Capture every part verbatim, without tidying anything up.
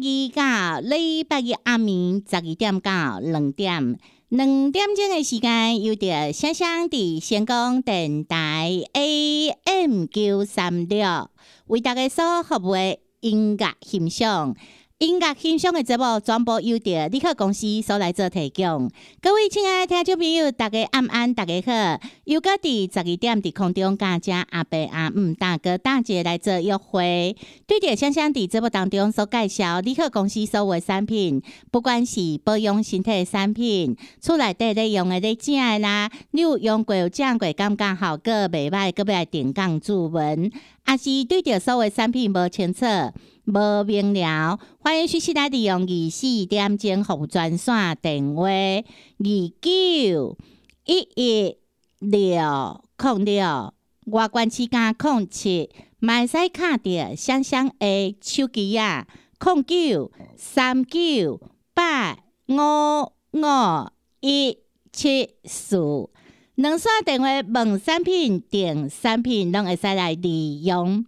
二到礼拜日暗暝十二点到两点，两点钟的时间由着香香的成功电台 A M 九三六为大家所服务的音乐欣赏。音乐欣赏的节目全部由着立克公司所来做提供。各位亲爱的听众朋友，大家晚安，大家好。又搁伫十二点伫空中甲遮阿伯阿姆大哥大姐来做约会。对着香香伫节目当中所介绍立克公司所有的产品，不管是保养身体的产品，厝内底咧用的咧正的啦，你有用过有正过，感觉效果袂歹，搁要来定岗注文，还是对着所有的产品无清楚，无明了，欢迎随时来利用二四点钟服务专线电话二九一一六零六外关市加零七，嘛会使卡着香香的手机啊，零九三九八五五一七四，两线电话问产品订产品，拢会使来利用。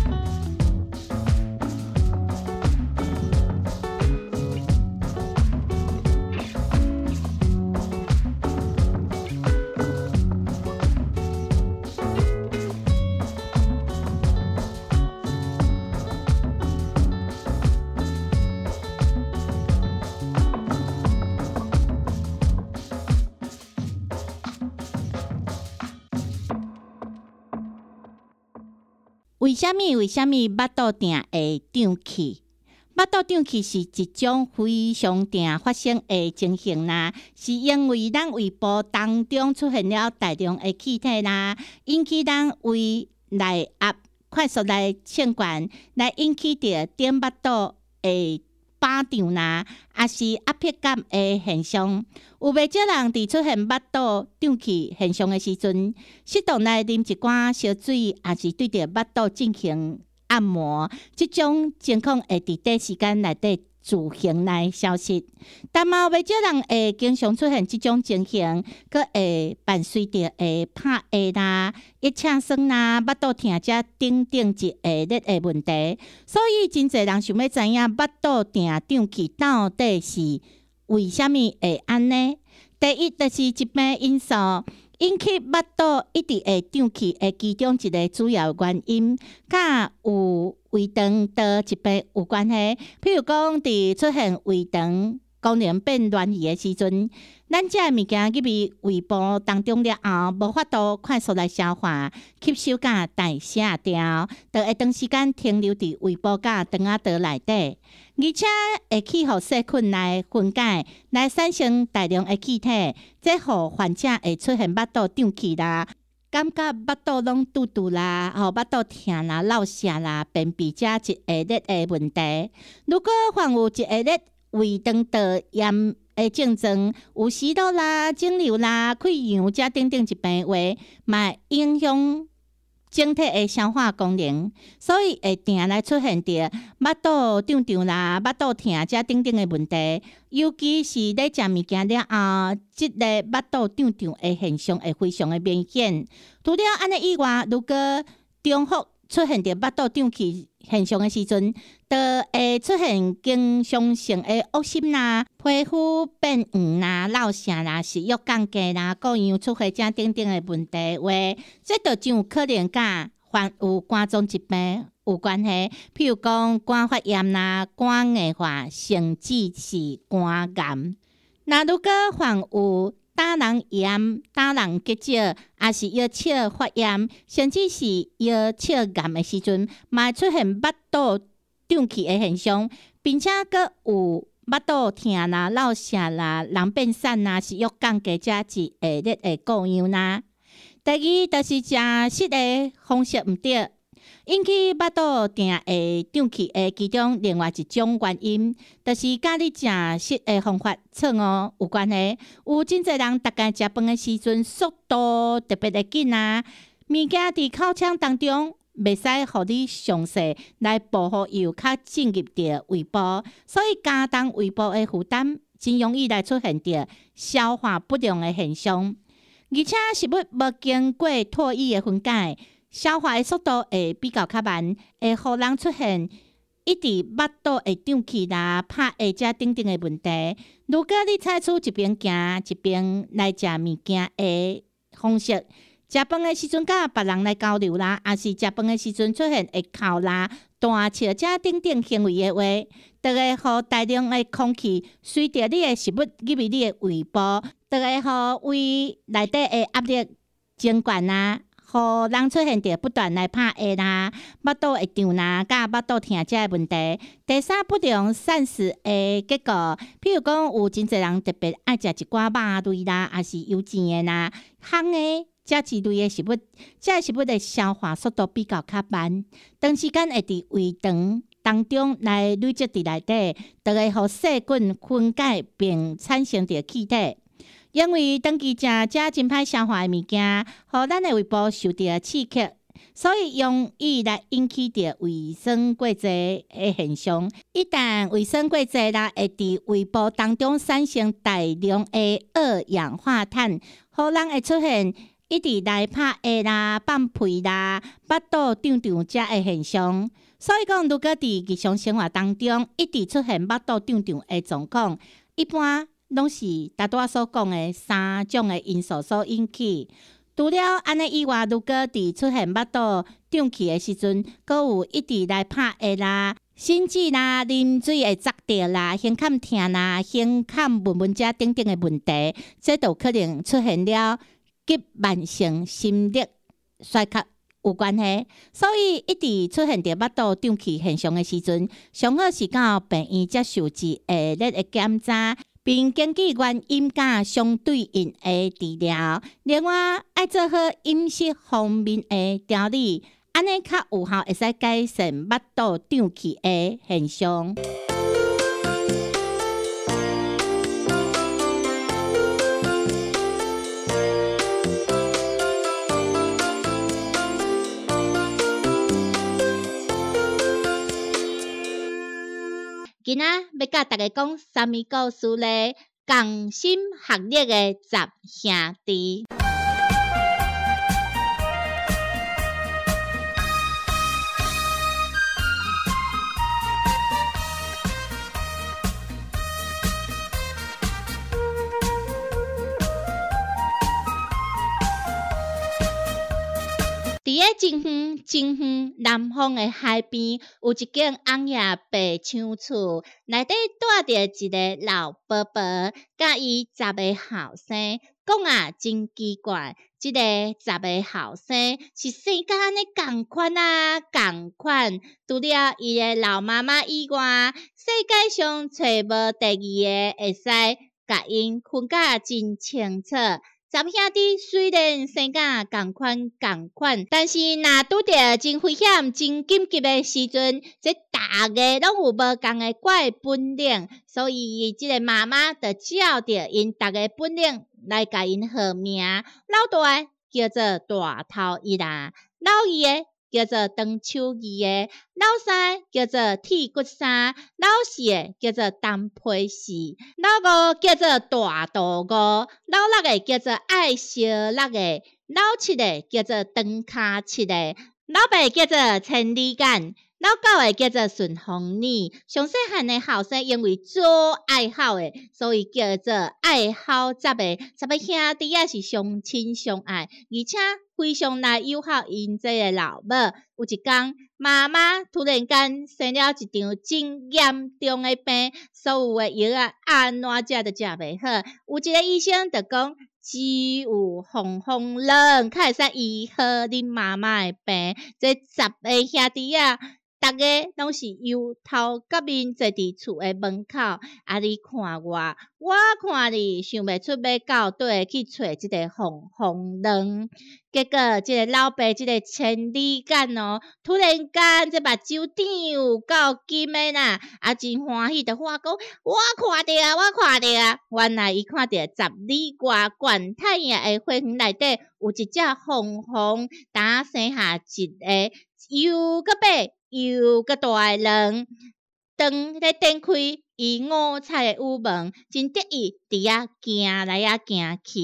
为什么？为什么腹肚疼会胀气？腹肚胀气是一种非常常发生的情形啦，是因为咱胃部当中出现了大量的气体啦，引起咱胃内压快速来畅灌，来引起着点腹肚的饱胀啦，也是压迫感的现象。有袂少人伫出现腹肚胀气现象的时阵，适当来啉一罐烧水，也是对着腹肚进行按摩，即种情况会伫短时间内底自行来消失。但嘛有袂少人会经常出现即种情形，佮会伴随着会拍嗝啦、一呛酸啦、腹肚疼遮等等一系列的问题。所以真侪人想要知影腹肚疼胀气到底是为什么会安尼？第一就是疾病因素。引起腹肚一直会胀气的其中一个主要原因，甲有胃肠道疾病有关系。譬如讲，伫出现胃肠功能变乱移的时阵，咱食的物件入去胃部当中了后，无法度快速来消化、吸收甲代谢掉，就会长时间停留伫胃部甲肠仔道内底，而且会去互细菌来分解，来产生大量的气体，这互患者会出现腹肚胀气啦，感觉腹肚拢肚肚啦，吼腹肚疼啦、落瀉啦、便秘遮一系列的问题。如果患有一系列胃肠道炎的症状，有息肉啦、肿瘤啦、溃疡遮等等疾病话，嘛影响整体的消化功能，所以会定来出现着腹肚胀胀啦、腹肚疼遮等等的问题。尤其是咧食物件了后，即个腹肚胀胀的现象会非常的明显。除了安尼以外，如果中伏出现着腹肚胀气现象的时阵，就会出现经常性的恶心啦、皮肤变黄啦、落瀉啦、食欲降低啦、各样出血遮等等的问题话，这就真有可能甲患有肝脏疾病有关系。譬如讲肝发炎啦、肝硬化，甚至是肝癌。那如果患有胆囊炎、胆囊结石，也是腰鞘发炎，甚至是腰鞘癌的时阵，嘛会出现腹肚胀气的现象，并且阁有腹肚疼啦、落瀉啦、人变瘦啦、食欲降低遮一系列的各样啦。第二，就是食食的方式毋对。引起腹肚疼会胀气的其中另外一种原因，就是甲你食食的方法错误有关系。有真侪人逐家食饭的时阵，速度特别的紧啊，物件伫口腔当中袂使互你详细来保护油较进入着胃部，所以加重胃部的负担，真容易来出现着消化不良的现象，而且食物无经过唾液的分解。消化的速度会比较较慢，会互人出现一直腹肚会胀气啦、拍下遮等等的问题。如果你采取一边行一边来食物件的方式，食饭的时阵甲别人来交流啦，也是食饭的时阵出现会哭啦、大笑遮等等行为的话，就会互大量的空气随着你的食物入去你的胃部，就会互胃内底的压力增悬啦。互人出现着不断来拍下啦、腹肚会胀啦、甲腹肚疼遮个问题。第三，不良膳食的结果，譬如讲有真侪人特别爱食一寡肉类啦，也是油煎的啦、烘的遮一类的食物，遮食物的消化速度比较较慢，长时间会伫胃肠当中来累积伫内底，就会互细菌分解并产生着气体。因为长期食遮真歹消化的物件，互咱的胃部受到刺激，所以容易来引起着胃酸过侪的现象。一旦胃酸过侪啦，会伫胃部当中产生大量的二氧化碳，互人会出现一直来拍下啦、放屁啦、腹肚胀胀遮的现象。所以讲，如果伫日常生活当中一直出现腹肚胀胀的状况，一般拢是大多所讲的三种的因素所引起。除了安尼以外，如果伫出现腹肚胀气的时阵，阁有一直来拍下啦、心悸啦、啉水会扎着啦、胸坎疼啦、胸坎闷闷遮等等的问题，这都可能出现了急慢性心力衰竭有关系。所以一直出现着腹肚胀气现象的时阵，上好是到病院接受一下列的检查，并根据原因甲相对应的治疗。另外，爱做好饮食方面的调理，安尼较有效，会使改善腹肚胀气的现象。今仔要甲大家讲啥物故事咧？同心合力的十兄弟。伫个真远真远南方的海边，有一间红叶白墙厝，内底住着一个老伯伯，甲伊十个后生。讲啊真奇怪，即、這个十个后生是生甲安尼共款啊，共款。除了伊的老妈妈以外，世界上找无第二个会使甲因分甲真清楚。十兄弟虽然生甲共款共款，但是若拄着真危险、真紧急的时阵，这大家拢有无共的怪本领，所以即个妈妈就照着因大家本领来甲因号名。老大的叫做大头一啦，老二的叫做长手二的，老三叫做铁骨三，老四的叫做单皮四，老五叫做大肚五，老六的叫做爱烧六个，老七的叫做长骹七个，老八叫做千里眼，老九的叫做顺风耳。上细汉的后生因为做爱好的，所以叫做爱好十个。十个兄弟也是相亲相爱，而且非常来友好因这个老母。有一天，妈妈突然间生了一场真严重的病，所有的药啊安怎食都食袂好。有一个医生就讲，只有风风冷，才会使医好恁妈妈的病。这十个兄弟啊，大家拢是由头到面坐伫厝的门口，啊！你看我，我看你，想袂出要到底去找即个风风冷。结果，即个老爸，即个千里眼哦，突然间，这目睭张有够金的啦，啊，真欢喜，就话讲，我看到啊，我看到啊，原来伊看到十里外悬太阳的花园内底有一只红红打生下一个又个白又个大的人，灯咧点开，伊五彩的屋门，真得意，伫遐行来啊行去。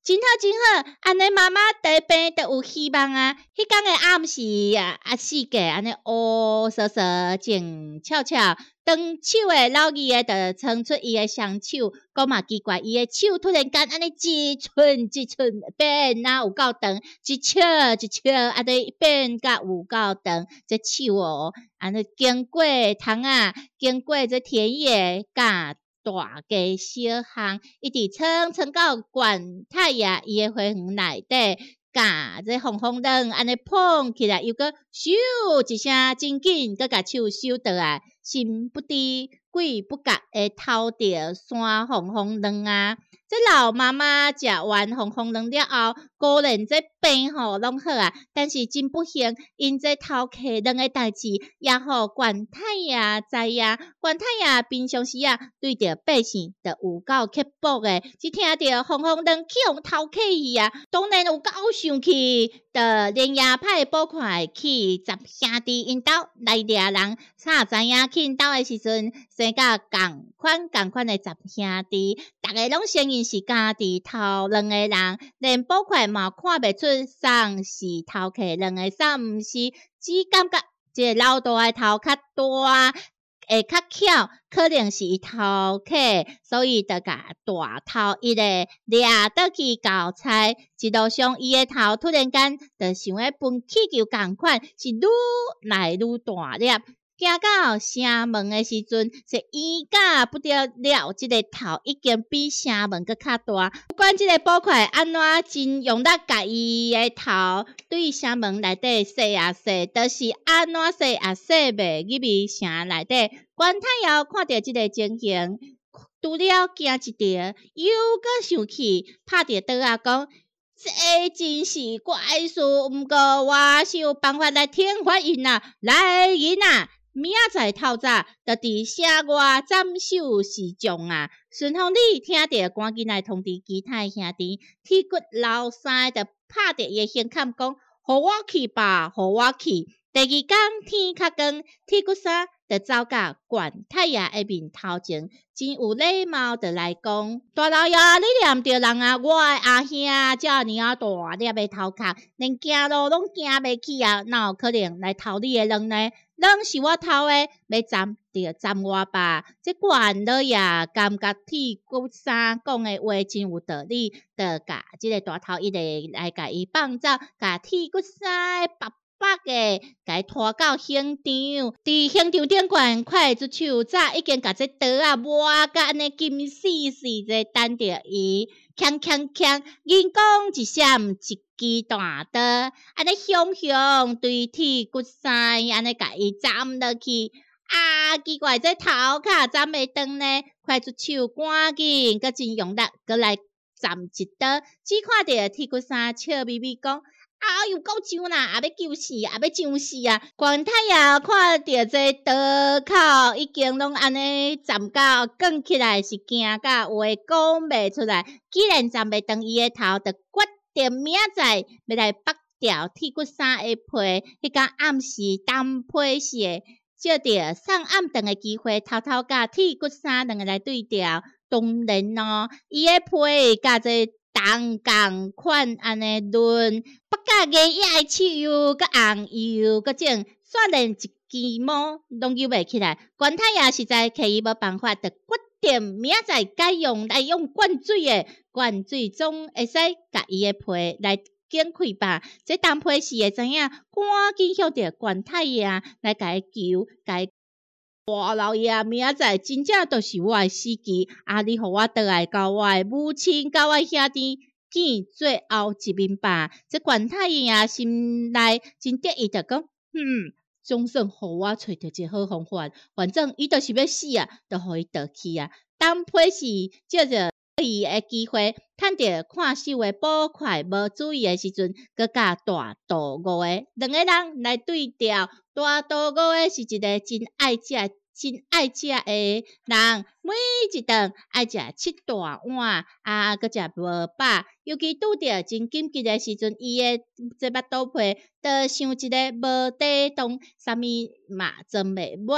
真好真好，安尼妈妈得病就有希望啊！迄天的暗时啊，啊四界安尼乌瑟瑟静悄悄，当手的老二个就撑出伊的双手，讲嘛奇怪，伊的手突然间安尼一寸一寸变啊有够长，一尺一尺安尼变甲有够长，这手哦，安尼经过塘啊，经过这田野甲大家小巷，一直蹭蹭到管太爷伊的花园内底，甲这红红灯安尼碰起来，又个咻一声真紧，佮甲手收倒来，心不知鬼不觉会偷着山红红灯啊！这老妈妈食完红红灯了后，果然这病吼拢好啊，但是真不幸，因这偷客人的代志，也互管太爷知影。管太爷平常时啊，对着百姓就有够刻薄的，只听着红红灯去互偷客去啊，当然有够生气，就连夜派捕快去十兄弟因兜来掠人，啥知影去因兜的时阵，生甲共款共款的十兄弟，逐个拢承认是家己偷两个人，连捕快嘛看袂出啥是偷客，两个啥毋是，只感觉这个老大的头较大，会较巧，可能是伊偷客，所以就甲大头一个掠倒去交差。一路上，伊的头突然间就想要分气球共款，是愈来愈大粒。行到城门的时阵，是冤家不得了，即、这个头已经比城门搁较大。不管即个捕快安怎真用力甲伊的头对城门内底洗啊洗，都、就是安怎洗也洗袂入去城内底。管太爷看到即个情形，除了惊一条，又搁生气，拍着桌啊讲：这真是怪事，毋过我是有办法来天发因啊！来人啊！明仔载透早，就伫城外斩首示众啊！顺风里听着，赶紧来通知其他兄弟。铁骨老三就拍着伊的胸坎讲：互我去吧，互我去。第二天天较光，铁骨三就走到管太爷的面头前，真有礼貌的来讲：大老爷，你念着人啊，我的阿兄遮尔啊大粒的头壳，连行路拢行袂起啊，哪有可能来偷你的人呢？人是我偷的，要斩就斩我吧。这管老爷感觉铁骨三讲的话真有道理，就甲即个大头一个来甲伊放走，甲铁骨三白白的甲伊拖到刑场。伫刑场顶悬快出手，早已经甲这刀啊磨甲安尼金死死的等着伊，锵锵锵，银光一闪一。支大刀，安尼雄雄对铁骨三安尼甲伊斩落去，啊！奇怪，这头壳斩袂断呢？快出手，赶紧，搁真用力，搁来斩一刀。只看着铁骨三笑眯眯讲：啊，又够上啦！也要救死，也要上死啊！管太爷看着这刀口已经拢安尼斩到卷起来，是惊甲话讲袂出来。既然斩袂断伊的头，就决定明仔要来剥掉铁骨三的皮。迄天暗时当批时，借着送暗顿的机会，偷偷甲铁骨三两个来对调。当然咯，伊的皮甲这同共款安尼润，不甲硬野的手又搁红又搁整，煞连一支毛拢揪袂起来。管太爷实在摕伊无办法，就决定明仔载改用来用灌水的，灌水总会使甲伊的皮来剪开吧。这当批时会知影，赶紧向着管太爷来甲伊求，甲伊大老爷明仔载真正都是我的死期，啊！你互我倒来交我的母亲，交我兄弟见最后一面吧。这管太爷啊，心内真得意，就讲，嗯。总算互我找到一个好方法，反正伊就是要死啊，就互伊倒去啊。当批时借着伊的机会，趁着看守的捕快无注意的时阵，佮甲大道五个两个人来对调。大道五个是一个真爱食、真爱食的人，每一顿爱食七大碗，啊，佮食无饱。尤其拄着真紧急的时阵，伊的这巴肚皮，就像一个无底洞，啥物嘛装袂满。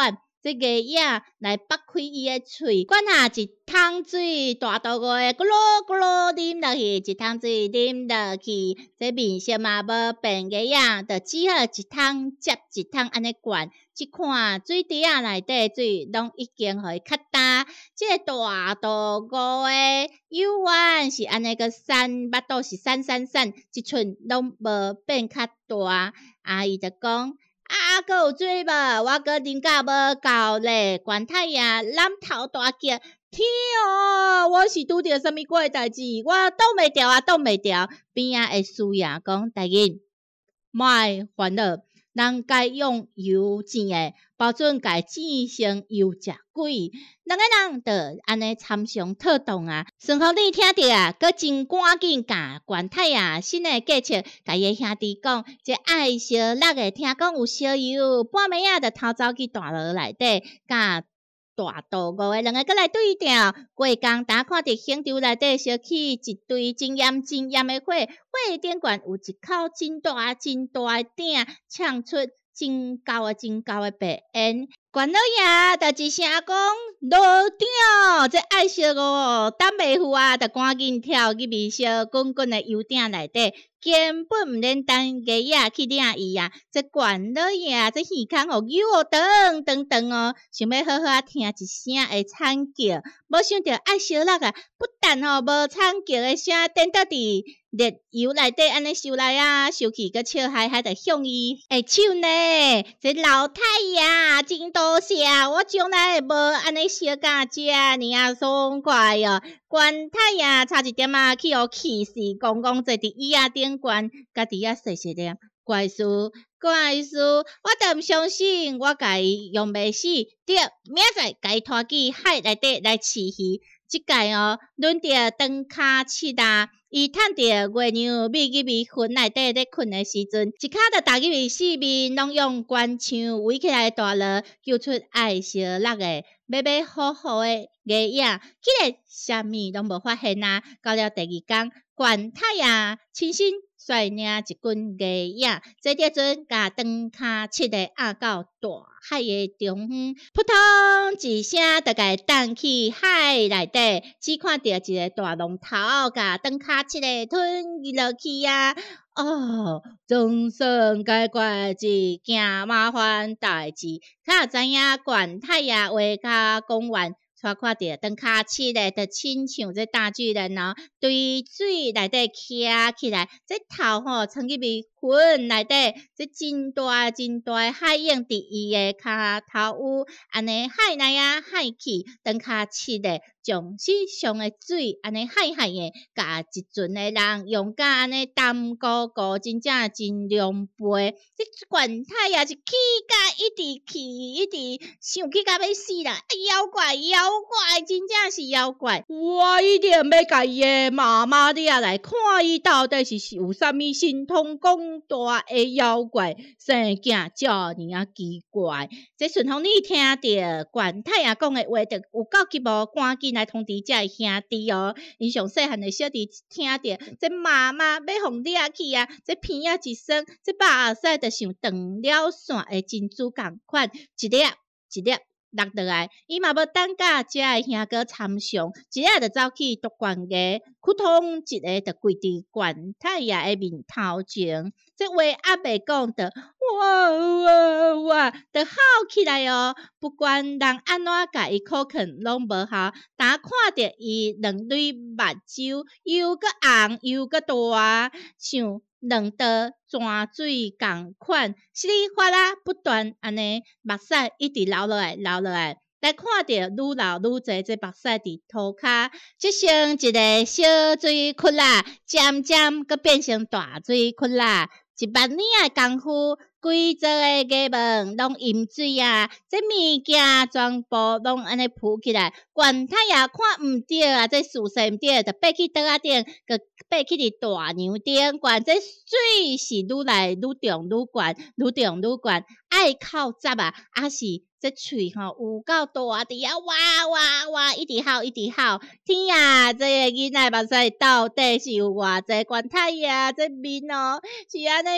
这个野来擘开伊的喙，管下一桶水大肚个咕噜咕噜啉落去，一桶水啉落去，这面色嘛无变个呀，就只好一桶接一桶安尼灌。即看水池仔内底水拢已经互伊较干，即个大肚菇诶幼丸是安尼个散，巴肚是散散散，即寸拢无变较大。阿姨就讲。啊，阁有水无？我阁啉甲无够咧。管太爷揽头大叫，天哦！我是拄着啥物怪代志？我挡袂牢啊，挡袂牢。边仔的师爷讲，大人莫烦恼，人该用油煎的，保准该煎成油食鬼。两个人就安尼参详讨动啊。孙福利听着啊，阁真赶紧甲管太爷新的计策，甲伊兄弟讲，这爱烧辣的，听讲有烧油，半暝仔就偷走去大楼内底，甲大肚五个两个过来对调。过工打看着刑场内底烧起一堆真炎真炎的火，火顶悬有一口真大真大的鼎，呛出真高的真高的白烟。管老爷就一声讲落鼎，这爱烧哦，等袂赴啊，就赶紧跳去微烧滚滚的油鼎内底，根本毋免等鸡仔去领伊啊！这管老爷这耳孔哦，有哦，长长长哦，想要好好啊听一声的惨叫，无想到爱烧辣啊，不但哦无惨叫的声，等到伫热油内底安尼烧来啊，烧去个笑嗨嗨，就向伊下手呢。这老太爷真多谢，我从来无安尼烧甲遮尔啊爽快哦。管太爷差一点啊，去互气死，公公坐伫椅仔顶悬，家己啊细细念，怪事怪事，我都毋相信，我甲伊用袂死，对，明仔甲伊拖去海内底来饲鱼。即届哦，轮着长骹七啦，伊趁着月娘秘入去坟内底咧困的时阵，一骹就踏入去四面，拢用官枪围起来大楼，叫出爱烧辣的，马马虎虎的月影，竟然啥物拢无发现啊！到了第二天，管太爷亲身率领一群月影，坐着船甲长骹七个压到大海的中央，扑通一声，就甲荡去海内底，只看到一个大龙头，甲长骹七个吞落去啊！哦，总算解决一件麻烦代志，较知影管太爷话甲讲完。带看到长骹七个，就亲像这大巨人哦，对水内底徛起来，这头吼藏入去云内底，这真大真大海影伫伊的骹头有，安尼海内啊海去，长骹七个将世上的水安尼海海的，甲一船的人用甲安尼淡糊糊，真正真凉杯。这管太也是气甲一直气，一直想气甲要死啦！妖怪妖怪，真正是妖怪！我一定要甲伊的妈妈抓来看伊到底是有啥物神通广大的妖怪，生囝遮尔啊奇怪。这顺风你听着管太爷讲的话，就有够急无，赶紧来通知遮的兄弟哦。因上细汉的小弟听着，这妈妈要互抓去啊，这片仔一生，这肉屎就像断了线的珍珠共款，一粒一粒。落落来，伊嘛无等甲遮个兄哥参详，一下就走去夺管家，扑通一个就跪伫管太爷的面头前。这话还未讲着，哇哇哇，就吼起来哦！不管人安怎甲伊口劝，拢无效。当看着伊两对目睭，又个红又个大，像两道泉水共款，稀里哗啦不断安尼，目屎一直流落来，流落来。来看到愈流愈侪，这目屎伫涂骹，即成一个小水窟啦，渐渐佮变成大水窟啦。一万年的功夫，规座的衙门拢淹水啊！这物件全部拢安尼浮起来，管太爷看毋对啊，这事势毋对，就爬去桌仔顶，佮爬去伫大娘顶，管这水是愈来愈重愈悬，愈重愈悬，爱哭杂啊，还是这喙吼有够大滴啊！哇哇哇，一直吼一直吼，天啊！这个囡仔目屎到底是有偌济？管太爷这面哦，是安尼。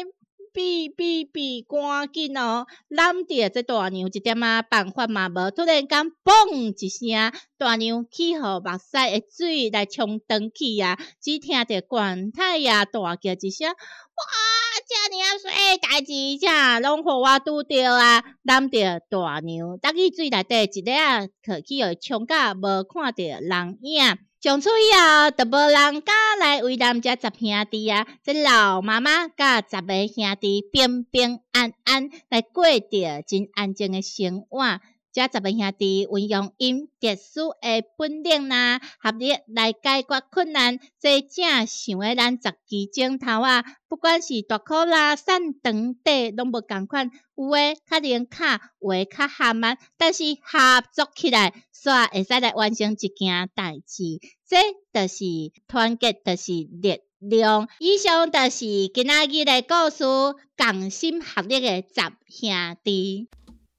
比比比，赶紧哦！揽着这大娘一点仔办法嘛无，突然间嘣一声，大娘起予目屎的水来冲转去啊！只听着管太爷大叫一声：哇！遮尔水代志，啥拢互我拄着啊！揽着大娘，搭去水内底一个啊，可去互冲甲无看着人影。从此以后，就无人敢来为难这十兄弟啊！这老妈妈甲十个兄弟平平安安来过着真安静的生活。这十个兄弟运用因特殊的本领啦，合力来解决困难。这正想的咱十支钟头啊，不管是大箍啦、散长短，拢无共款。有诶较灵卡，有诶较含慢，但是合作起来，煞会使来完成一件代志。这就是团结，就是力量。以上就是今仔日的故事，同心合力的十兄弟。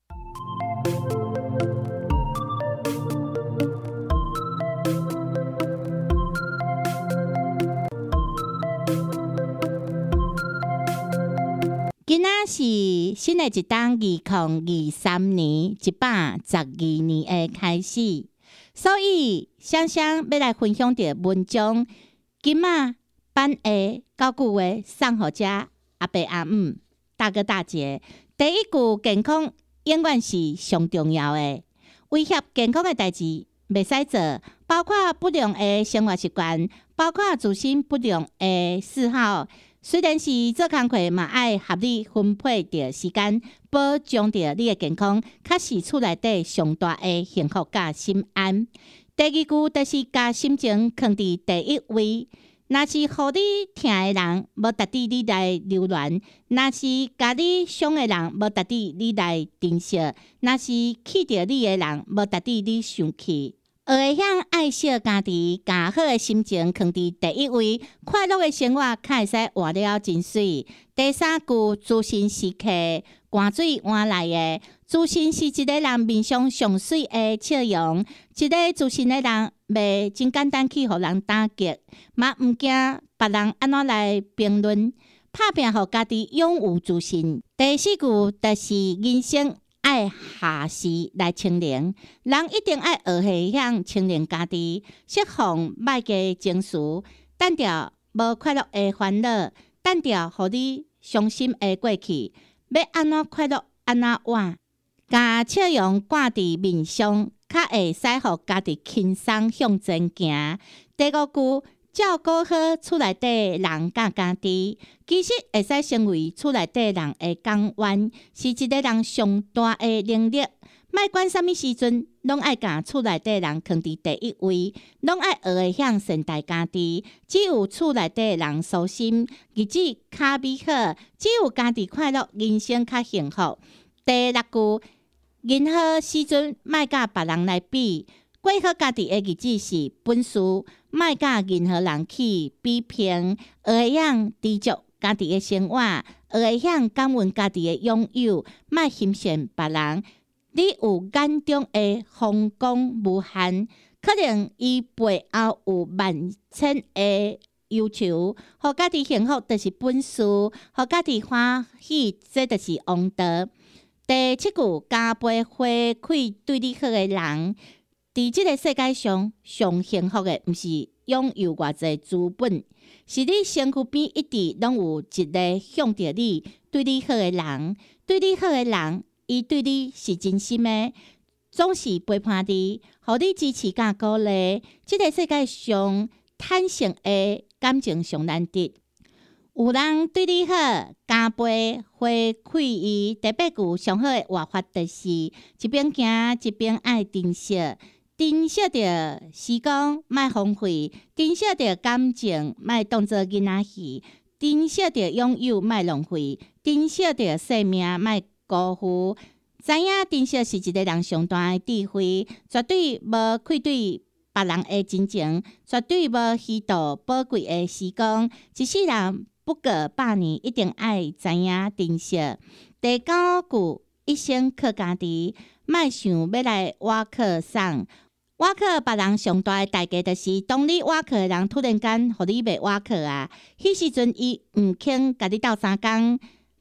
今仔是新的一档二零二三年一百十二年的开始，所以双双要来分享着文章。今仔版的九句话送予遮阿伯阿姆、大哥大姐。第一句，健康永远是上重要的，威胁健康的代志袂使做，包括不良的生活习惯，包括自身不良的嗜好。虽然是做工课，嘛爱合理分配着时间，保障着你的健康，确是厝内底上大的幸福甲心安。第二句就是甲心情放伫第一位。若是互你疼的人，无值得你来留恋；若是甲你伤的人，无值得你来珍惜；若是气着你的人，无值得你生气。学会晓爱惜家己，甲好的心情放伫第一位，快乐的生活才会使活了真水。第三句，自信是客，汗水换来的。自信是一个人面上上水的笑容，一个自信的人袂真简单去互人打击，嘛毋惊别人安怎来评论，拍拼互家己拥有自信。第四句就是人生爱下时来清零，人一定爱学会晓清零家己，释放歹嘅情绪，等着无快乐的烦恼，等着互你伤心的过去。要安怎快乐安怎活，甲笑容挂伫面上，较会使互家己轻松向前行。第五句，照顾好厝内底人甲家己，其实会使成为厝内底人的港湾，是一个人上大的能力。莫管啥物时阵，拢爱甲厝内底人放伫第一位，拢爱学会晓善待家己。只有厝内底人舒心，日子较美好；只有家己快乐，人生较幸福。第六句，任何时阵莫甲别人来比，过好家己的日子是本事，莫甲任何人去比拼。学会晓知足家己的生活，学会晓感恩家己的拥有，莫欣赏别人。你有眼中的风光无限，可能伊背后有万千的要求。互家己幸福就是本事，互家己欢喜这就是王道。第七句，加倍回馈对你好的人。伫这个世界上，上幸福的毋是拥有偌济资本，是你身躯边一直拢有一个向着你、对你好的人。对你好的人，伊对你是真心的，总是陪伴你，互你支持甲鼓励。这个世界上，坦诚的感情上难得。有人对你好，加倍回馈伊。第八句上好的活法就是一边行一边爱珍惜，珍惜着时光莫荒废，珍惜着感情莫当作囡仔戏，珍惜着拥有莫浪费，珍惜着生命莫辜负。知影珍惜是一个人上大的智慧，绝对无愧对别人的真情，绝对无虚度宝贵的时光。一世人不过百年，一定爱知影珍惜。第九句，一生靠家己，莫想要来挖靠送。挖靠别人上大的代价，就是当你挖靠的人突然间，互你袂挖靠啊，迄时阵伊毋肯甲你斗相共，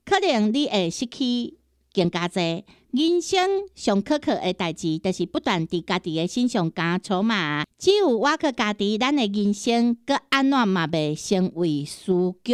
可能你会失去更加侪。人生上可靠的代志，就是不断伫家己的身上加筹码。只有我去家己，咱的人生搁安怎嘛袂成为输局。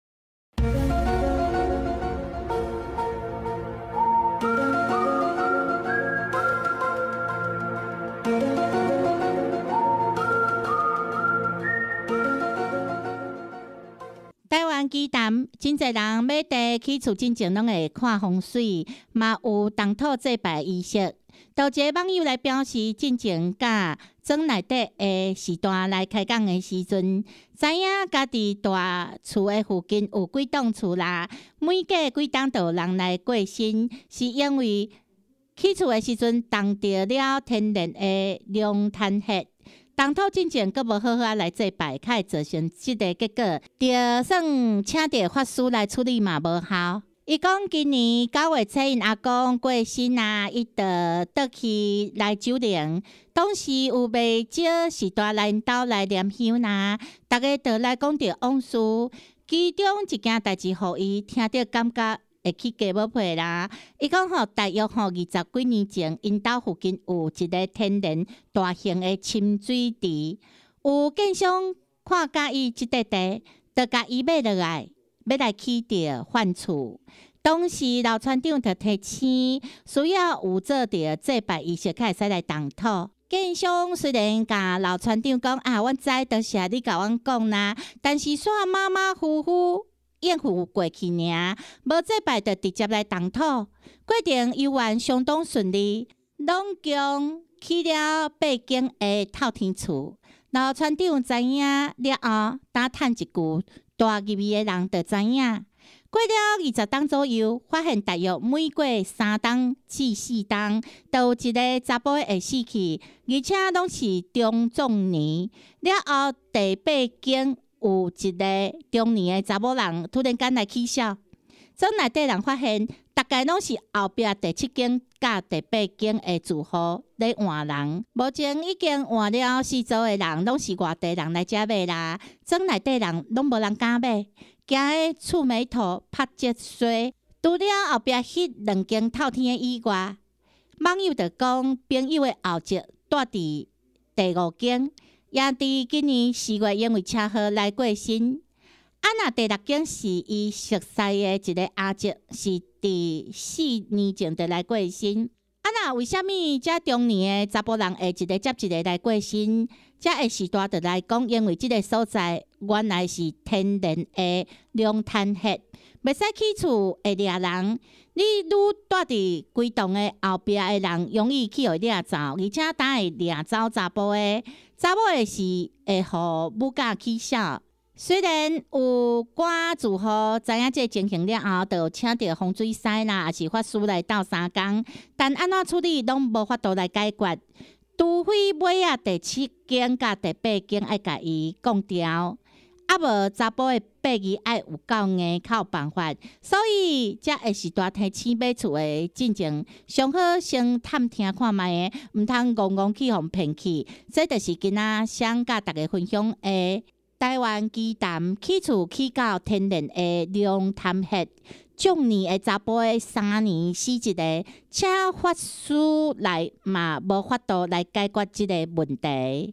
台湾基淡，真侪人买地起厝进前拢会看风水，嘛有动土祭拜仪式。有一个网友来表示，进前甲庄内底的时段来开讲的时阵，知影家己大厝的附近有几栋厝啦，每隔几档就有人来过身，是因为起厝的时阵动到了天然的龙潭穴。动土进前，阁无好好来祭拜，才会造成即个结果。就算请到法师来处理嘛，无效。伊讲今年九月初，因阿公过身啊，伊就倒去来酒灵。当时有袂少时段来因兜来念香啦，逐个就来讲着往事。其中一件代志，互伊听着感觉会起鸡母皮啦。伊讲吼，大约吼二十几年前，因兜附近有一个天然大型的深水池，有建商看甲伊即块地，就甲伊买落来，要来起着换厝。当时老船长就提醒，需要有做着祭拜仪式，才会使来动土。建商虽然甲老船长讲啊，阮知多谢你甲阮讲啦，但是煞马马虎虎。应付过去尔，无祭拜就直接来动土，过程犹原相当顺利，拢共起了八间的透天厝。老船长知影了后，打叹一句，大入味的人就知影。过了二十档左右，发现大约每过三档至四档，都有一个查甫会死去，而且拢是中壮年。了后第八间。有一个中年的查某人突然间来起笑，庄内底人发现，大概拢是后壁第七间甲第八间的住户咧换人。目前已经换了四组的人，拢是外地人来遮买啦。庄内底人拢无人敢买，惊个蹙眉头拍节衰。除了后壁迄两间透天的以外，网友就讲朋友的后籍住伫第五间。也伫今年四月因为车祸来过身。啊，那第六间是伊熟悉的一个阿叔，是伫四年前就来过身。啊，那为虾米遮中年的查甫人会一个接一个来过身？遮会时代就来讲，因为即个所在原来是天然的龙潭穴，袂使起厝会掠人。你愈住伫规栋的后壁的人，容易去互掠走，而且当会掠走查甫的。查某的是会互母家起笑。虽然有寡住户知影这情形了后，就请到风水师啦，也是法师来斗相共，但安怎处理拢无法度来解决。除非尾啊第七间甲第八间爱甲伊讲掉，啊无查甫的八字爱有够硬，较有办法。所以才会是大提醒买厝的进前，上好先探听看卖的，毋通戆戆去互骗去。这就是今仔想甲大家分享的台湾基淡起厝起到天然的龙潭穴。中年的查甫的三年死一个，请法师来嘛无法度来解决即个问题。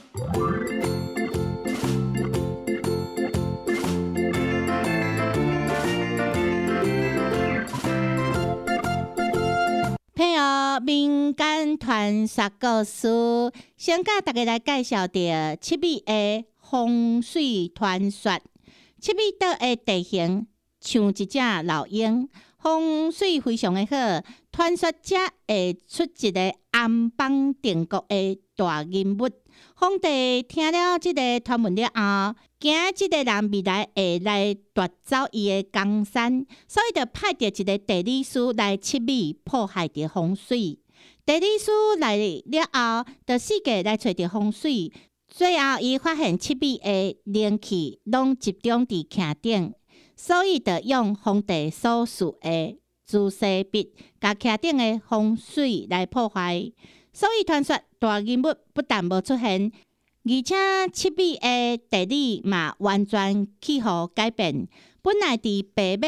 配合民间传说故事，先甲大家来介绍着七米的风水传说。七米岛的地形像一只老鹰，风水非常的好。传说者会出一个安邦定国的大人物。皇帝听了即个传闻了后，惊即个人未来会来夺走伊的江山，所以就派着一个地理师来七米破坏着风水。地理师来了后，就四界来找着风水，最后伊发现七米的灵气拢集中伫墾顶，所以就用皇帝所属的朱熹笔，甲墾顶的风水来破坏。所以传说大人物不但无出现，而且七米的地理嘛完全气候改变。本来伫北马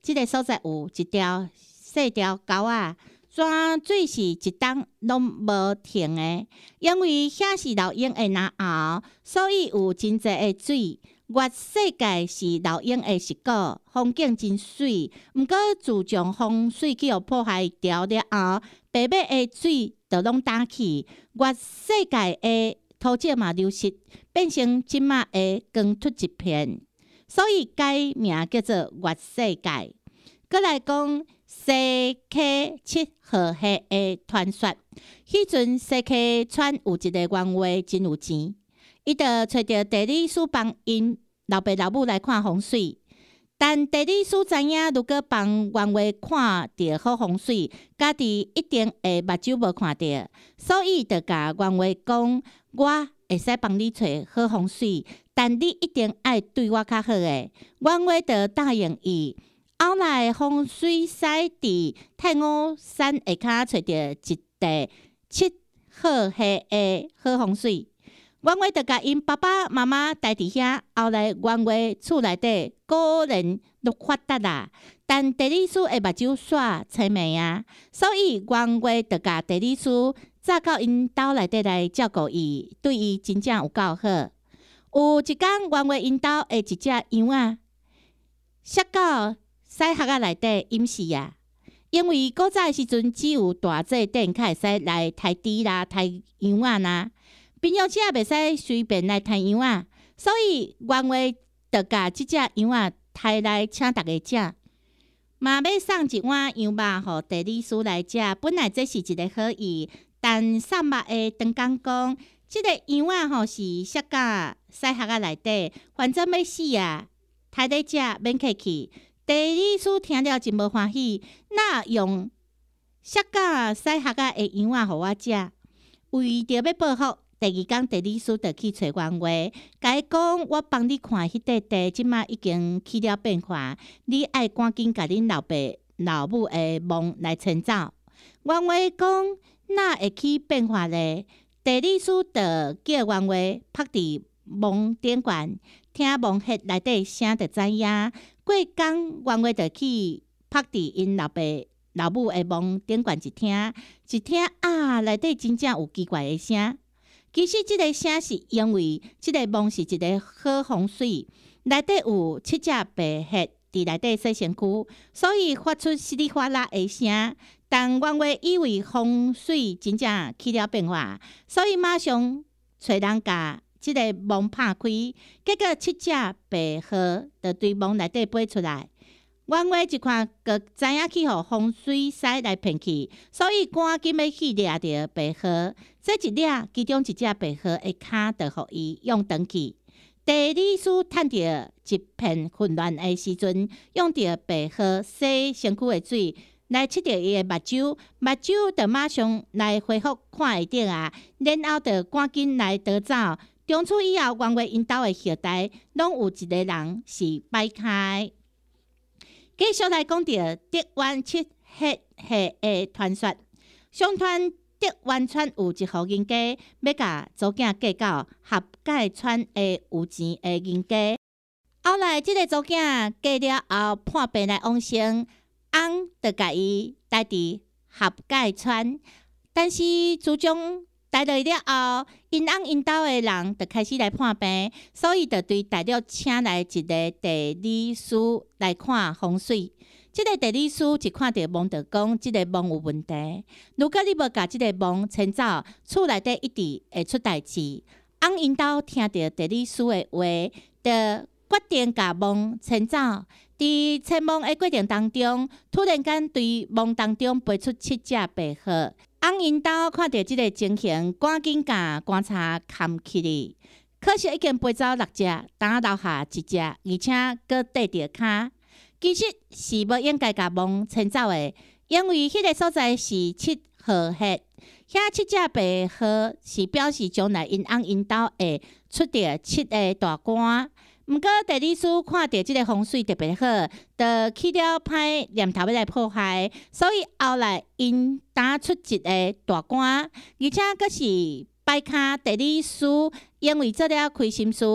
即个所在有一条细条沟仔，泉水是一冬拢无停的，因为遐是老鹰的南后，所以有真侪的水。月世界是老鹰的实果，风景真水。毋过自从风水去互破坏掉了后，白马的水就拢打去，月世界的土质嘛流失，变成即马的光秃一片，所以改名叫做月世界。搁来讲西溪七号溪的传说，迄阵西溪村有一个员外真有钱。伊就找着地理师帮因老爸老母来看风水，但地理师知影，如果帮员外看到好风水，家己一定会目睭无看到，所以就甲员外讲：我会使帮你找好风水，但你一定爱对我较好诶。员外就答应伊。后来风水师伫太湖山下骹找着一地七号溪的好风水。员外就甲因爸爸妈妈待伫遐，后来员外厝内底果然都发达啦，但地理师的目睭煞青眉啊，所以员外就甲地理师早到因兜内底来照顾伊，对伊真正有够好。有一天，员外因兜的一只羊仔，摔到屎盒仔内底淹死啊！因为古早的时阵，只有大座顶才会使来抬猪啦、抬羊仔啦。平常时也袂使随便来抬羊仔，所以员外就甲即只羊仔抬来请大家食，嘛要送一碗羊肉互地理师来食。本来这是一个好意，但送肉的当讲讲，即、这个羊仔吼是摔到屎盒仔内底，反正要死啊，抬咧食免客气。地理师听了真无欢喜，那用摔到屎盒仔的羊仔互我食，为着要报复。第二天，地理师就去找员外，甲伊讲：我帮你看迄块地，即马已经起了变化，你爱赶紧甲恁老爸老母的梦来迁走。员外讲：哪会起变化咧？地理师就叫员外拍伫梦顶悬，听梦匣内底声就知影。过工，员外就去拍伫因老爸老母的梦顶悬一听，一听啊，内底真正有奇怪的声。其实即个声是因为即个梦是一个好风水，内底有七只白鹤伫内底洗身躯，所以发出稀里哗啦的声。但员外以为风水真正起了变化，所以马上找人甲即个梦拍开，结果七只白鹤就对梦内底飞出来。员外一看，就知影去互风水师来骗去，所以赶紧要去掠着白鹤。这一掠，其中一只白鹤的脚就互伊用断去。地理师趁着一片混乱的时阵，用着白鹤洗身躯的水来拭着伊的目睭，目睭就马上来恢复看会到啊，然后就赶紧来逃走。从此以后，员外因兜的后台，拢有一个人是摆开。继续来讲到德湾七黑系的传说，相传德湾村有一户人家要甲祖囝嫁到合界村的有钱的人家。后来，即个祖囝嫁了后，破病来往生，翁就甲伊带伫合界村，但是自从待落了后，因翁因兜的人就开始来破病，所以就对大陆请来一个地理师来看风水。这个地理师一看到梦就讲，这个梦有问题。如果你无甲这个梦迁走，厝内底一直会出代志。翁因兜听到地理师的话，就决定甲梦迁走。伫迁梦的过程当中，突然间对梦当中飞出七只白鹤。翁因兜看到即个情形，赶紧甲观察扛起哩。可惜已经飞走六只，单留下一只，而且佫缀着骹。其实是无应该甲梦迁走的，因为迄个所在是七号穴，遐七只白鹤是表示将来因翁因兜会出着七个大官。毋过地理师看到即个风水特别好，就起了歹念头要来破坏，所以后来因打出一个大官，而且佫是摆卡地理师，因为做了亏心事，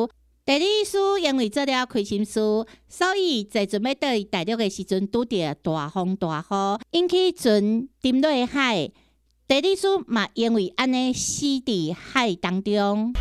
地理师因为做了亏心事，所以坐船要倒去大陆的时阵，拄着大风大雨，引起船沉落海。地理师嘛因为安尼死伫海当中。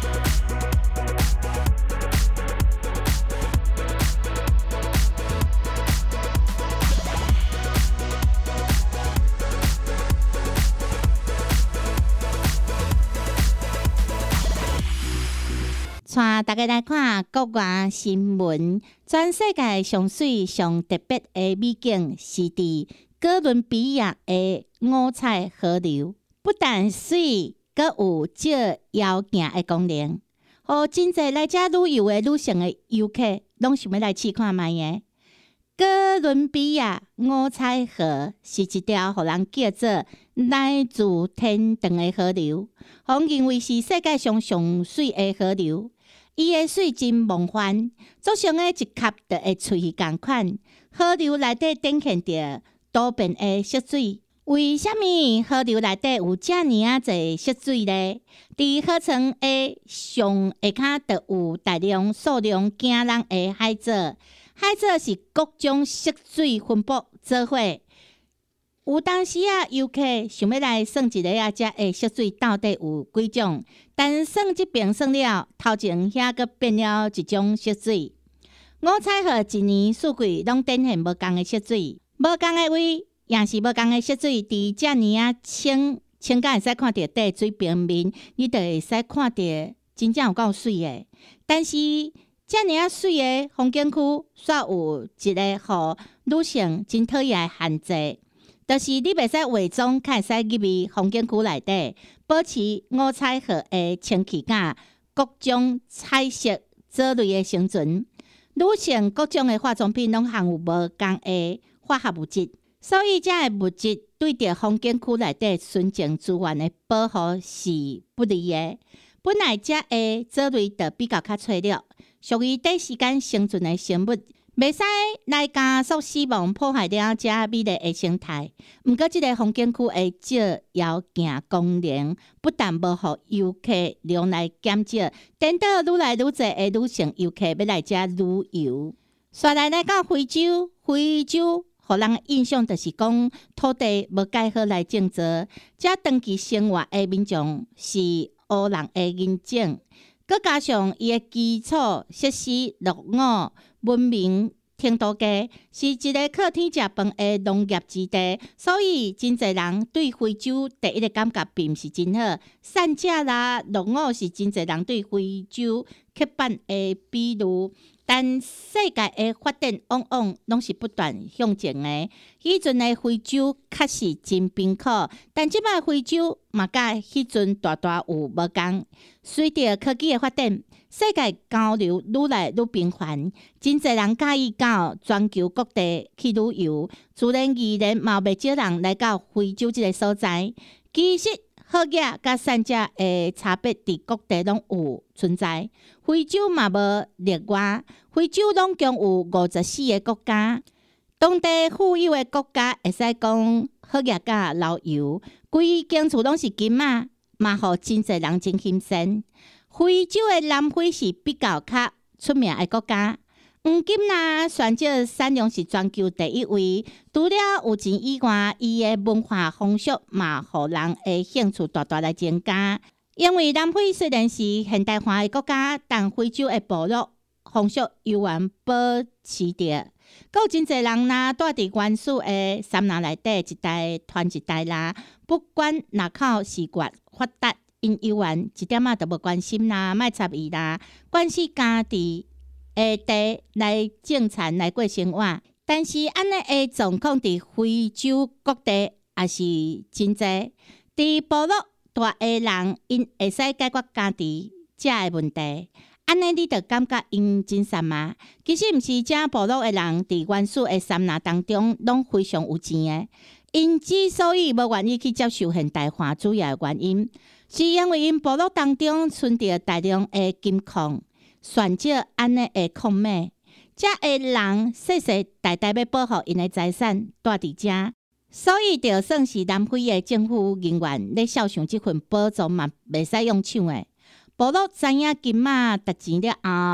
带大家来看国外新闻。全世界上水上特别的美景是伫哥伦比亚的五彩河流，不但水，阁有照妖镜的功能，互真侪来遮旅游的旅行的游客拢想要来试看卖的。哥伦比亚五彩河是一条互人叫做来自天堂的河流，互认为是世界上上水的河流。伊的水真梦幻，足像个一壳就会喙去共款。河流内底展现着多变的色水。为虾米河流内底有遮尔啊侪色水呢？伫河床的上下骹就有大量数量惊人的海藻，海藻是各种色水分布做伙。有当时啊，游客想要来算一个啊，遮的色水到底有几种？但算即边算了，头前遐阁变了一种色水。五彩河一年四季拢展现无共的色水，无共的位，也是无共的色水。伫遮尔啊清清甲会使看到底水平面，你就会使看到真正有够水的。但是遮尔啊水的风景区，煞有一个互女性真讨厌的限制。就是你袂使伪装，较会使入去风景区内底，保持五彩河的清气感，各种彩色藻类的生存。女性各种的化妆品拢含有无共的化学物质，所以遮的物质对着风景区内底纯净资源的保护是不利的。本来遮的藻类就比较较脆弱，属于短时间生存的生物。袂使来加速死亡，破坏了遮美丽的生态。毋过，即个风景区的照妖镜功能，不但无互游客量来减少，颠倒愈来愈侪的女性游客要来遮旅游。刷来来到非洲，非洲互人的印象就是讲土地无介好来种植，遮长期生活的民众是乌人的认证，佮加上伊的基础设施落伍。文明程度低，是一个靠天食饭的农业之地，所以真侪人对非洲第一个感觉并毋是真好。散食啦、落伍是真侪人对非洲刻板的比喻。但世界的发展往往拢是不断向前的。迄阵的非洲确实真贫苦，但即摆非洲嘛甲迄阵大大有无共。随着科技的发展，世界交流愈来愈频繁，真侪人介意到全球各地去旅游，自然而然嘛袂少人来到非洲即个所在。其实好野甲散食的差别伫各地拢有存在。非洲嘛无例外，非洲拢共有五十四个国家。当地富有的国家会使讲好野甲老油，规间厝拢是金仔，嘛互真侪人真欣赏。非洲的南非是比较较出名的国家，黄金啦、选石产量是全球第一位。除了有钱以外，伊的文化风俗嘛，互人的兴趣大大来增加。因为南非虽然是现代化的国家，但非洲的部落风俗悠然保持着。还有真侪人呐，住伫原始的山林内底，一代传一代啦。不管若靠视觉发达，因悠然一点仔都无关心啦，莫插伊啦，关系家己的地来种田来过生活。但是安尼的状况伫非洲各地也是真侪。伫部落大个人，因会使解决家己遮的问题。安尼你就感觉因真善嘛？其实毋是，遮部落的人伫原始的山林当中，拢非常有钱的。因之所以无愿意去接受现代化，主要的原因，是因为因部落当中存着大量的金矿、选石安尼的矿脉，遮的人世世代代要保护因的财产，住伫遮。所以，就算是南非的政府人员咧孝顺即份补助嘛，袂使用抢的。部落知影金仔值钱了后，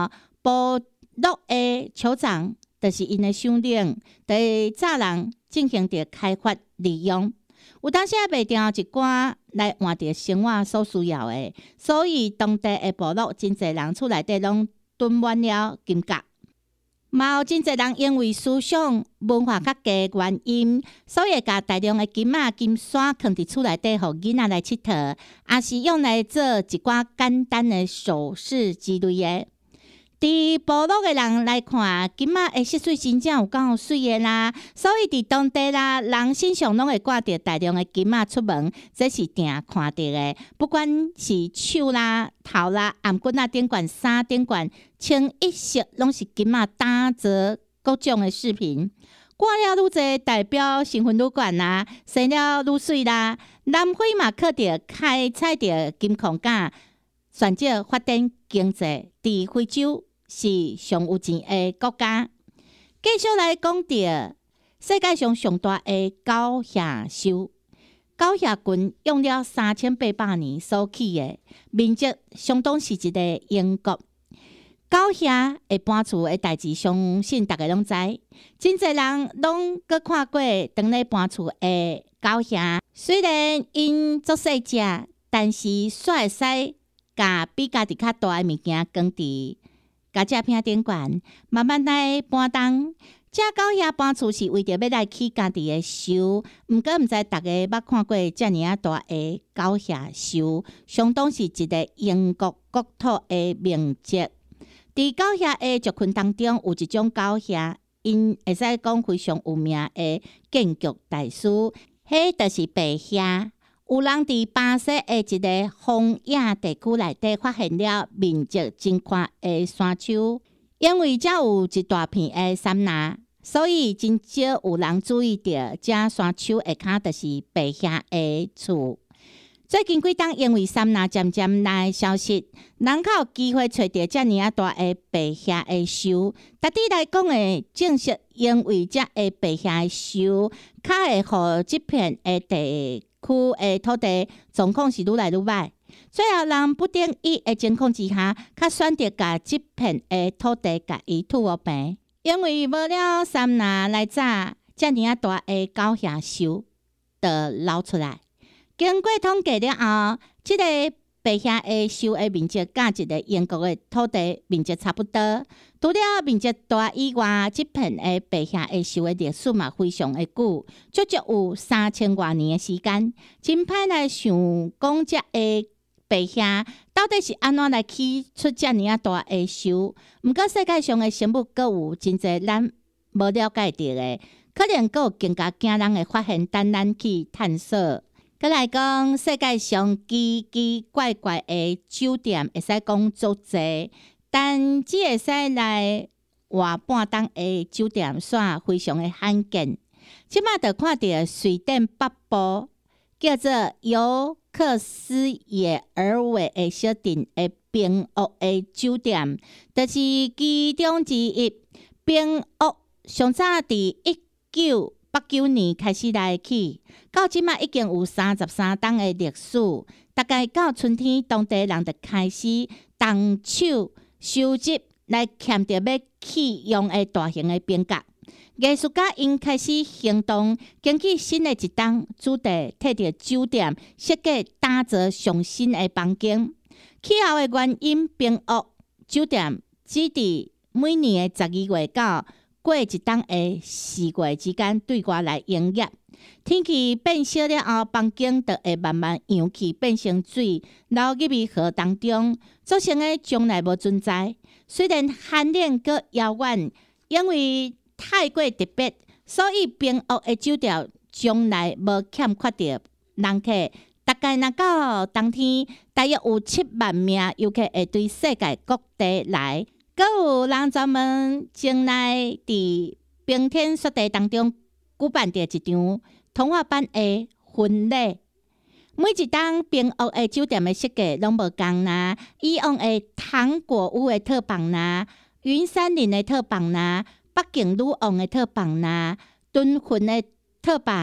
部落的酋长，就是因的首领，对早人进行着开发利用。有当时也卖掉一寡来换着生活所需要的，所以当地的部落真侪人厝内底拢囤满了金角。嘛有真侪人因为思想文化较低的原因，所以会甲大量的金仔、金线藏伫厝内底，互囡仔来佚佗，也是用来做一寡简单的首饰之类的。伫部落的人来看，金仔的色水真正有够有水的啦，所以伫当地啦，人身上拢会挂着大量的金仔出门，这是定看到的。不管是手啦、头啦、颔骨啊顶管、衫顶管，清一色拢是金仔打造各种的饰品。挂了愈侪，代表身份愈悬啦，生了愈水啦。南非嘛靠着开采着金矿架，选择发展经济，伫非洲是上有钱的国家。继续来讲到世界上上大的高霞树，高霞群用了三千八百年所起的，面积相当是一个英国。高霞会搬厝的代志，相信大家拢知，真侪人拢搁看过当咧搬厝的高霞。虽然因足细只，但是煞会使甲比家己较大的物件放伫甲只片顶悬，慢慢来搬动。这高遐搬厝是为着要来起家己的树，毋过毋知大家捌看过遮尔啊大的高遐树，相当是一个英国国土的面积。伫高遐的族群当中，有一种高遐，因会使讲非常有名的建筑大师，迄就是白遐。有人伫巴西的一个荒野地区内底发现了面积真宽的山丘，因为遮有一大片的山林，所以真少有人注意到遮山丘下骹就是白遐的厝。最近几冬，因为山林渐渐来消失，人较有机会找到遮尔啊大的白遐的树。特地来讲的正是因为遮的白遐的树，较会互即片的地区的土地状况是愈来愈歹，最后人不得已的情况之下，较选择甲即片的土地甲伊土互平，因为无了山林来早，遮尔啊大的高遐树就流出来。经过统计了后，即、这个白遐的树的面积，甲一个英国的土地面积差不多。除了面积大以外，即片的白遐的树的历史嘛非常的久，足足有三千多年的时间。真歹来想讲，这个白遐到底是安怎来起出遮尔啊大的树？毋过世界上的生物，阁有真侪咱无了解到的，可能阁有更加惊人的发现，等咱去探索。再来讲，世界上奇奇怪怪的酒店，会使讲足济，但只会使来活半冬的酒店煞非常的罕见。即马就看到瑞典北部叫做尤克斯耶尔韦的小镇的冰屋的酒店，就是其中之一。冰屋上早伫一九八九年开始来起，到即马已经有三十三档的历史。大概到春天，当地人就开始动手收集来欠着要启用的大型的冰角。艺术家因开始行动，经起新的一档主题，摕着酒店设计打造上新的房间。气候的原因，冰屋酒店只伫每年的十二月到过一档的四月之间对外来营业。天气变小了后，房间就会慢慢扬起，变成水流入去河当中，造成的将来无存在。虽然寒冷搁遥远，因为太过特别，所以冰屋的酒店将来无欠缺着人客。大概若到冬天，大约有七万名游客会对世界各地来。阁有人专门前来伫冰天雪地当中举办着一场童话版的婚礼。每一档冰屋的酒店的设计拢无共啦，以往的糖果屋的套房啦，云山林的套房啦，北境女王的套房啦，敦煌的套房，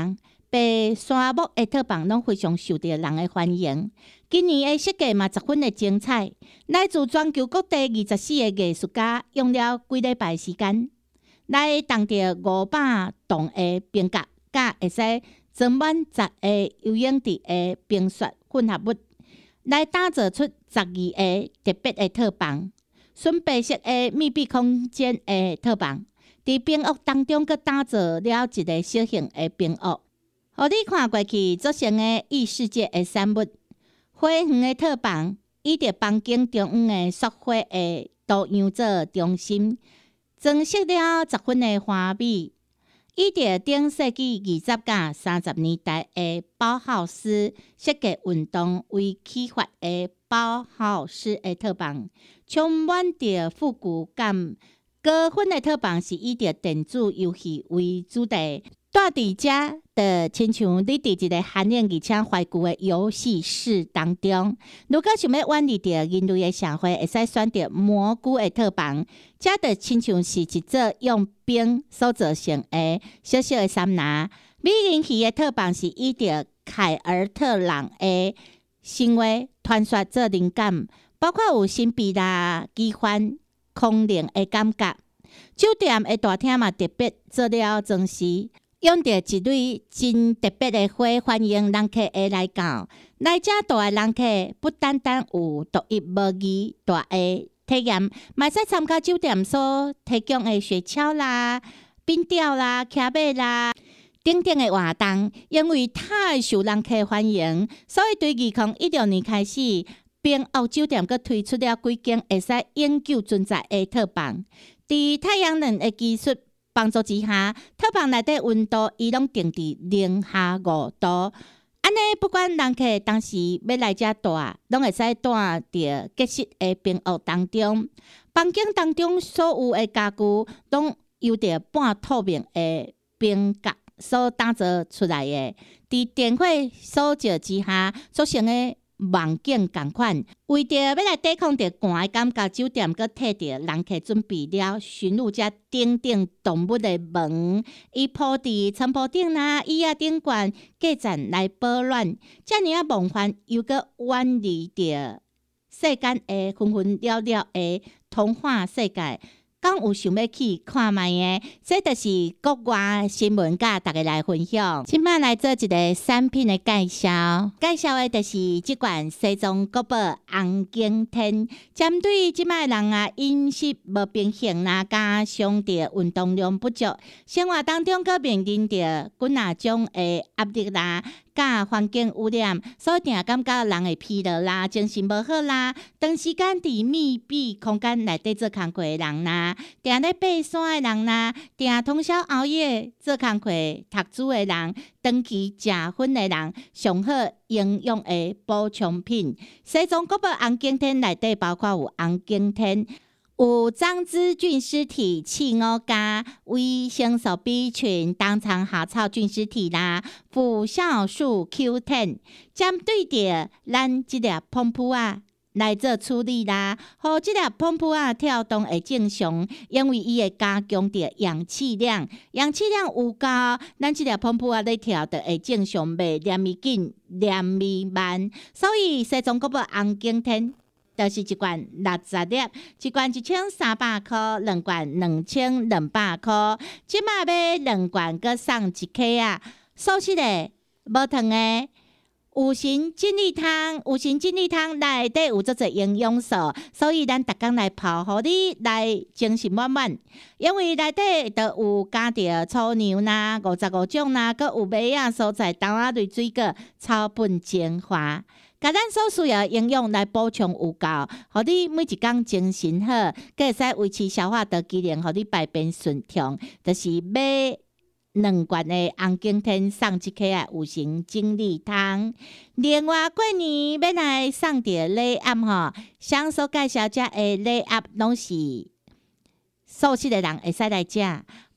白沙漠的特棒拢非常受到人的欢迎。今年的设计嘛十分的精彩，来自全球各地二十四个艺术家用了几礼拜时间，来同着五百栋的冰格，甲会使装满十个游泳池的冰雪混合物，来打造出十二个特别的特棒。纯白色的密闭空间的特棒，伫冰屋当中，佮打造了一个小型的冰屋，互你看过去组成的异世界的产物。花园的特棒以着房间中央的雪花的图样做中心，装饰了十分的华美。以着顶世纪二十甲三十年代的包豪斯设计运动为启发的包豪斯的特棒，充满着复古感。高分的特棒是以着电子游戏为主题，带伫遮的亲像你伫一个寒冷而且怀旧的游戏室当中。如果想要远离着人类的社会，会使选择蘑菇的特棒，遮的亲像是一座用冰所造成的小小的山拿。美人鱼的特棒是以着凯尔特人的行为传说做灵感，包括有神秘啦、奇幻、空灵的感觉。酒店的大厅嘛特别做了装饰，用着一类真特别的花欢迎人客的来到。来遮住的人客不单单有独一无二大的体验，嘛使参加酒店所提供的雪橇啦、冰钓啦、骑马啦等等的活动。因为太受人客欢迎，所以对二零一六年开始，冰屋酒店佮推出了几间会使永久存在的特棒。伫太阳能的技术帮助之下，特棒内底温度伊拢定伫零下五度。安尼不管人客当时要来遮住，拢会使住伫结实的冰屋当中。房间当中所有的家具拢由着半透明的冰格所打造出来的，伫电火所照之下所成的梦境同款。为着要来抵抗着寒的感觉，酒店佮替着人客准备了驯鹿遮顶顶动物的门，伊铺伫床铺顶啦、椅仔顶悬架站来保暖。遮尔啊梦幻又佮远离着世间的纷纷扰扰的童话世界。敢有想要去看卖的？这就是国外新闻，甲大家来分享。今摆来做一个产品的介绍，介绍的就是这款西装国宝红景天。针对即摆人啊饮食无平衡啦，加上着运动量不足，生活当中佮面临着几啊种的压力啦。甲环境污染，所以定感觉人会疲劳啦，精神无好啦。长时间伫密闭空间内底做工课的人啦，定咧爬山的人啦，定通宵熬夜做工课、读书的人，长期食薰的人，上好营养的补充品。西装国宝红景天内底包括有红景天。有张芝菌丝体、气欧加、维生素 B 群、当场夏草菌丝体啦、辅酵素 Q 十， 针对着咱即粒澎湃啊来做处理啦，互即粒澎湃啊跳动会正常，因为伊会加强着氧气量，氧气量有够，咱即粒澎湃啊咧跳着会正常，袂黏咪紧、黏咪慢，所以西装国宝红景天。就是一罐六十粒，一罐一千三百块，两罐两千两百块。即卖买两罐，佮送一克啊，素食的、无糖的。有神精力汤，有神精力汤内底有足侪营养素，所以咱逐工来泡，互你来精神满满。因为内底都有加着粗粮啦、五十五种啦，佮有麦啊、蔬菜、豆仔类水果、草本精华。甲咱所需要的营养来补充有够，互你每一工精神好，佮会使维持消化道机能，互你排便顺畅。就是买两罐的红景天送一克啊，有神精力汤。另外过年要来送着礼盒吼，上所介绍遮的礼盒拢是素食的人会使来食。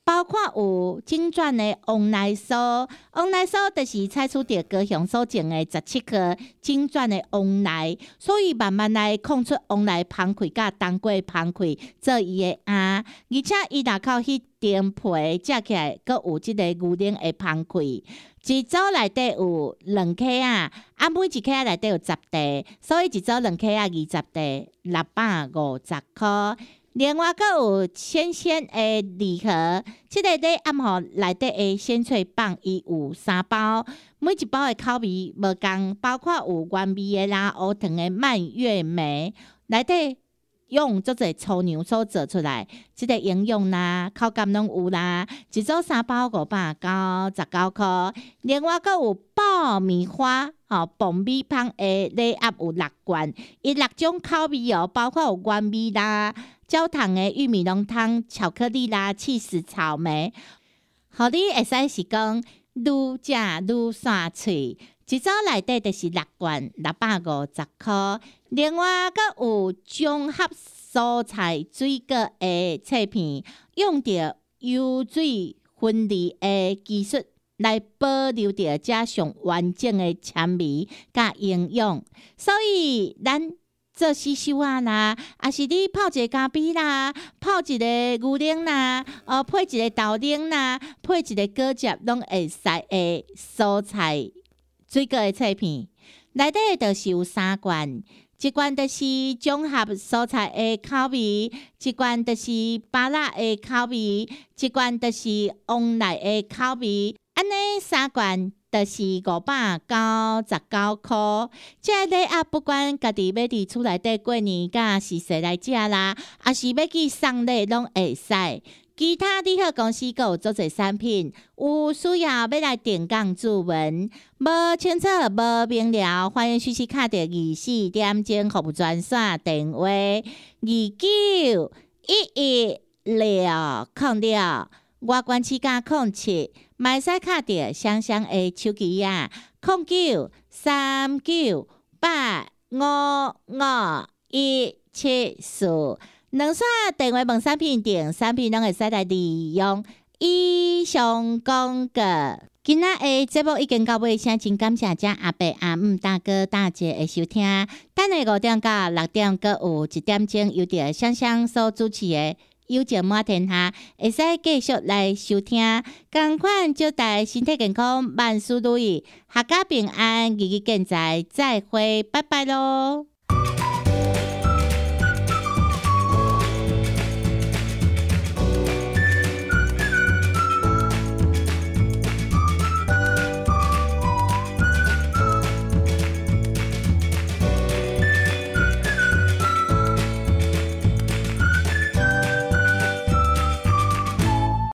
包括有精选的王奶酥，王奶酥就是采取着高雄所种的十七颗精选的王奶，所以慢慢来控出王奶芳气甲冬瓜芳气做伊的鸭，而且伊若靠迄层皮食起来，阁有即个牛奶的芳气。一组内底有两克啊，啊每一克啊内底有十块，所以一组两克啊二十块，六百五十块。另外，阁有鲜鲜的礼盒，即、这个礼暗号内底的鲜脆棒，伊有三包，每一包的口味无共，包括有原味的啦、乌糖的蔓越莓，内底用足侪粗粮所做出来，即、这个营养啦、口感拢有啦。一组三包五百九十九块。另外，阁有爆米花。吼、哦，爆米芳的礼盒有六罐，伊六种口味哦，包括有原味啦、焦糖的玉米浓汤、巧克力啦、起司草莓，互你会使是讲愈食愈散喙。一组内底就是六罐，六百五十块。另外，阁有综合蔬菜水果的切片，用着油水分离的技术。来保留着遮上完整的纤维甲营养，所以咱做洗手啊啦，啊是你泡一个咖啡啦，泡一个牛奶啦，哦配一个豆奶啦，配一个果汁，拢会使的蔬菜水果的切片，内底就是有三罐。一罐就是综合蔬菜的口味，一罐就是芭乐的口味，一罐就是王奶的口味。安尼三罐就是五百九十九块。这礼盒不管家己要伫厝内底过年，甲是谁来食啦，也是要去送礼拢会使。其他利好公司阁有做侪产品，有需要要来电讲注文，无清楚无明了，欢迎随时敲着二四点钟服务专线电话二九一一六空六，外关市甲空七。卖使卡着双双的手机啊，零九三九八五五一七四，两线电话问产品定产品拢会使来利用。以上讲过，今仔的节目已经到尾声，真感谢遮阿伯阿姆大哥大姐的收听。等下五点到六点，阁有一点钟由着双双所主持的。有情满天下，会使继续来收听。同款祝大家身体健康，万事如意，阖家平安，日日健在，再会，拜拜咯。